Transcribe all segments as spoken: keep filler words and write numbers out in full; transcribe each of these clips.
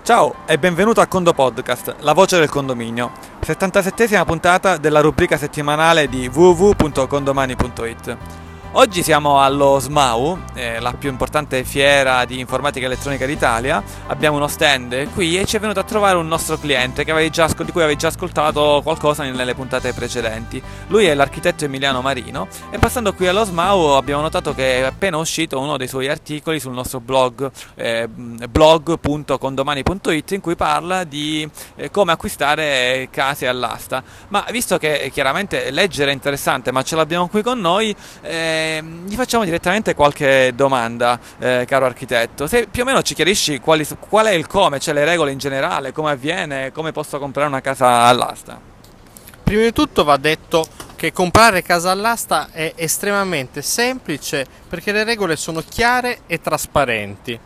Ciao e benvenuto a Condo Podcast, la voce del condominio, settantasettesima puntata della rubrica settimanale di w w w punto condomani punto i t. Oggi siamo allo SMAU, eh, la più importante fiera di informatica elettronica d'Italia. Abbiamo uno stand qui e ci è venuto a trovare un nostro cliente che avevi già, di cui avevi già ascoltato qualcosa nelle puntate precedenti. Lui è l'architetto Emiliano Marino e passando qui allo SMAU abbiamo notato che è appena uscito uno dei suoi articoli sul nostro blog eh, blog punto condomani punto i t in cui parla di eh, come acquistare case all'asta. Ma visto che chiaramente leggere è interessante ma ce l'abbiamo qui con noi, eh, gli facciamo direttamente qualche domanda, eh, caro architetto. Se più o meno ci chiarisci quali, qual è il come, cioè le regole in generale, come avviene, come posso comprare una casa all'asta. Prima di tutto va detto che comprare casa all'asta è estremamente semplice perché le regole sono chiare e trasparenti.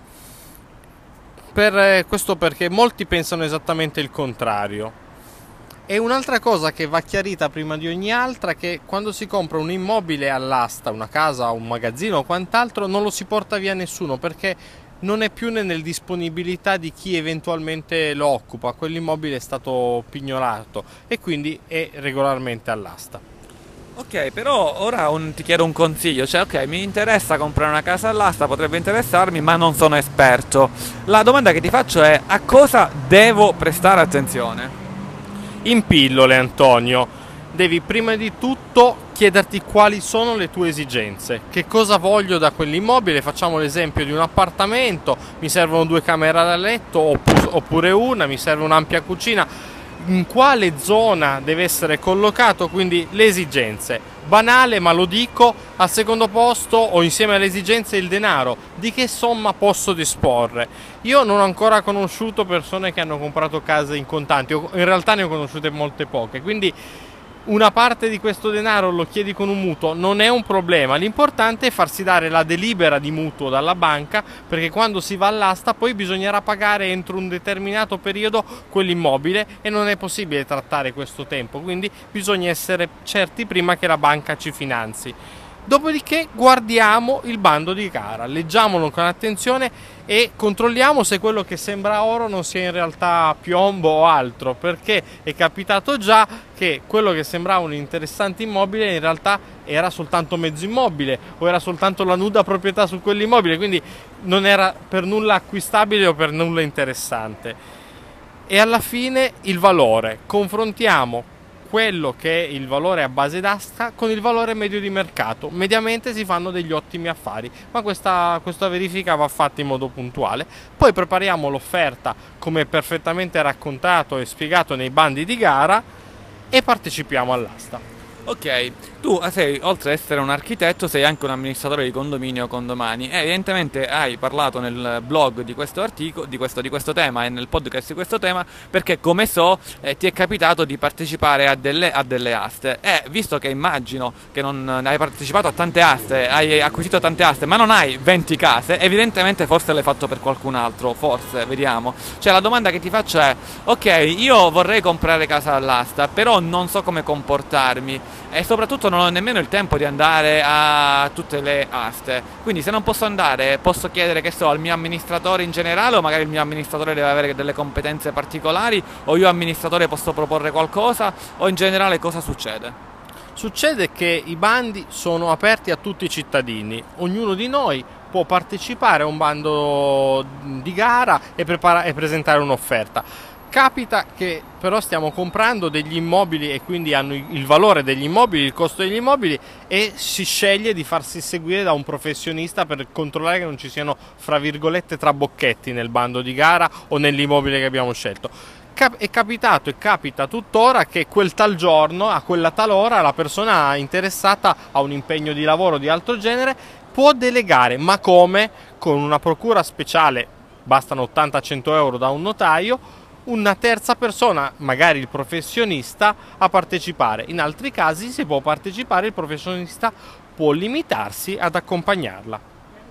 Per questo perché molti pensano esattamente il contrario. E un'altra cosa che va chiarita prima di ogni altra è che quando si compra un immobile all'asta, una casa, un magazzino o quant'altro, non lo si porta via nessuno perché non è più nella disponibilità di chi eventualmente lo occupa. Quell'immobile è stato pignorato e quindi è regolarmente all'asta. Ok, però ora un, ti chiedo un consiglio, cioè ok, mi interessa comprare una casa all'asta, potrebbe interessarmi, ma non sono esperto. La domanda che ti faccio è: a cosa devo prestare attenzione? In pillole, Antonio, devi prima di tutto chiederti quali sono le tue esigenze, che cosa voglio da quell'immobile. Facciamo l'esempio di un appartamento: mi servono due camere da letto oppure una, mi serve un'ampia cucina, in quale zona deve essere collocato, quindi le esigenze. Banale, ma lo dico, al secondo posto o insieme alle esigenze il denaro, di che somma posso disporre. Io non ho ancora conosciuto persone che hanno comprato case in contanti, in realtà ne ho conosciute molte poche, quindi una parte di questo denaro lo chiedi con un mutuo, non è un problema. L'importante è farsi dare la delibera di mutuo dalla banca, perché quando si va all'asta poi bisognerà pagare entro un determinato periodo quell'immobile e non è possibile trattare questo tempo, quindi bisogna essere certi prima che la banca ci finanzi. Dopodiché guardiamo il bando di gara, leggiamolo con attenzione e controlliamo se quello che sembra oro non sia in realtà piombo o altro, perché è capitato già che quello che sembrava un interessante immobile in realtà era soltanto mezzo immobile o era soltanto la nuda proprietà su quell'immobile, quindi non era per nulla acquistabile o per nulla interessante. E alla fine il valore, confrontiamo quello che è il valore a base d'asta con il valore medio di mercato. Mediamente si fanno degli ottimi affari, ma questa, questa verifica va fatta in modo puntuale. Poi prepariamo l'offerta come perfettamente raccontato e spiegato nei bandi di gara e partecipiamo all'asta. Ok, tu sei, oltre ad essere un architetto, sei anche un amministratore di condominio Condomani e evidentemente hai parlato nel blog di questo articolo, di questo, di questo tema e nel podcast di questo tema perché, come so, eh, ti è capitato di partecipare a delle, a delle aste e visto che immagino che non hai partecipato a tante aste, hai acquisito tante aste ma non hai venti case, evidentemente forse l'hai fatto per qualcun altro, forse, vediamo. Cioè la domanda che ti faccio è: ok, io vorrei comprare casa all'asta però non so come comportarmi e soprattutto non ho nemmeno il tempo di andare a tutte le aste, quindi se non posso andare posso chiedere, che so, al mio amministratore in generale, o magari il mio amministratore deve avere delle competenze particolari, o io amministratore posso proporre qualcosa, o in generale cosa succede? Succede che i bandi sono aperti a tutti i cittadini, ognuno di noi può partecipare a un bando di gara e, prepara- e presentare un'offerta. Capita che però stiamo comprando degli immobili e quindi hanno il valore degli immobili, il costo degli immobili, e si sceglie di farsi seguire da un professionista per controllare che non ci siano, fra virgolette, trabocchetti nel bando di gara o nell'immobile che abbiamo scelto. Cap- è capitato e capita tuttora che quel tal giorno, a quella tal ora, la persona interessata a un impegno di lavoro di altro genere può delegare, ma come? Con una procura speciale, bastano ottanta cento euro da un notaio, una terza persona, magari il professionista, a partecipare. In altri casi, se può partecipare, il professionista può limitarsi ad accompagnarla.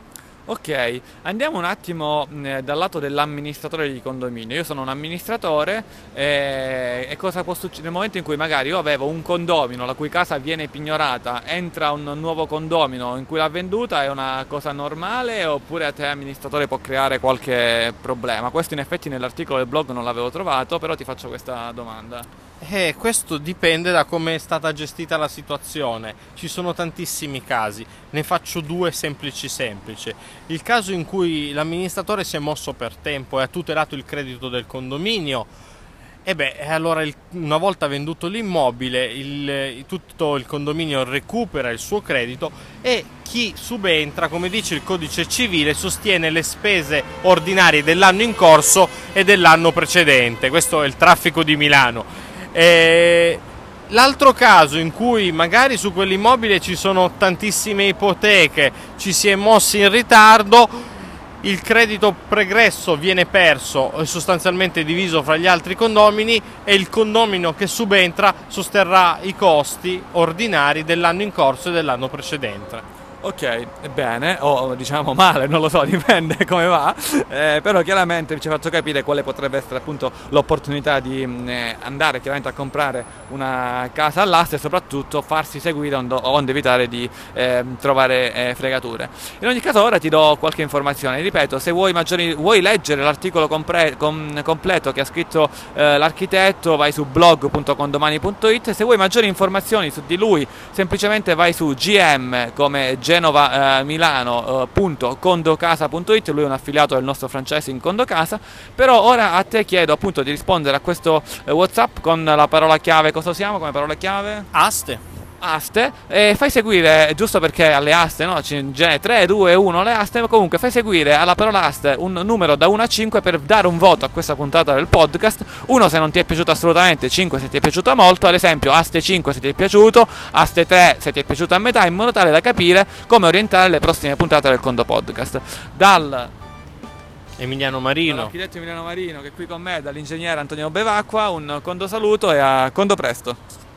Ok, andiamo un attimo mh, dal lato dell'amministratore di condominio. Io sono un amministratore eh, e cosa può succedere nel momento in cui magari io avevo un condomino la cui casa viene pignorata, entra un nuovo condomino in cui l'ha venduta, è una cosa normale oppure a te amministratore può creare qualche problema? Questo in effetti nell'articolo del blog non l'avevo trovato, però ti faccio questa domanda. Eh, questo dipende da come è stata gestita la situazione. Ci sono tantissimi casi, ne faccio due semplici semplici. Il caso in cui l'amministratore si è mosso per tempo e ha tutelato il credito del condominio, e beh, allora il, una volta venduto l'immobile, il, tutto il condominio recupera il suo credito e chi subentra, come dice il codice civile, sostiene le spese ordinarie dell'anno in corso e dell'anno precedente. Questo è il traffico di Milano. E l'altro caso in cui magari su quell'immobile ci sono tantissime ipoteche, ci si è mossi in ritardo, il credito pregresso viene perso e sostanzialmente diviso fra gli altri condomini e il condomino che subentra sosterrà i costi ordinari dell'anno in corso e dell'anno precedente. Ok, bene, o diciamo male, non lo so, dipende come va, eh, però chiaramente ci faccio capire quale potrebbe essere appunto l'opportunità di mh, andare chiaramente a comprare una casa all'asta e soprattutto farsi seguire onde, onde evitare di eh, trovare eh, fregature. In ogni caso ora ti do qualche informazione, ripeto, se vuoi, maggiori, vuoi leggere l'articolo compre, com, completo che ha scritto eh, l'architetto vai su blog punto condomani punto it, se vuoi maggiori informazioni su di lui semplicemente vai su G M come Genova eh, Milano eh, punto condocasa punto it, lui è un affiliato del nostro franchising Condocasa. Però ora a te chiedo appunto di rispondere a questo eh, WhatsApp con la parola chiave. Cosa usiamo come parola chiave? Aste. Aste, e fai seguire, giusto perché alle aste, no? C'è in genere tre, due, uno le aste, ma comunque fai seguire alla parola aste un numero da uno a cinque per dare un voto a questa puntata del podcast. uno se non ti è piaciuto assolutamente, cinque se ti è piaciuta molto, ad esempio aste cinque se ti è piaciuto, aste tre se ti è piaciuta a metà, in modo tale da capire come orientare le prossime puntate del Condo Podcast. Dal Emiliano Marino, dall'architetto Emiliano Marino che è qui con me, dall'ingegnere Antonio Bevacqua, un condo saluto e a condo presto.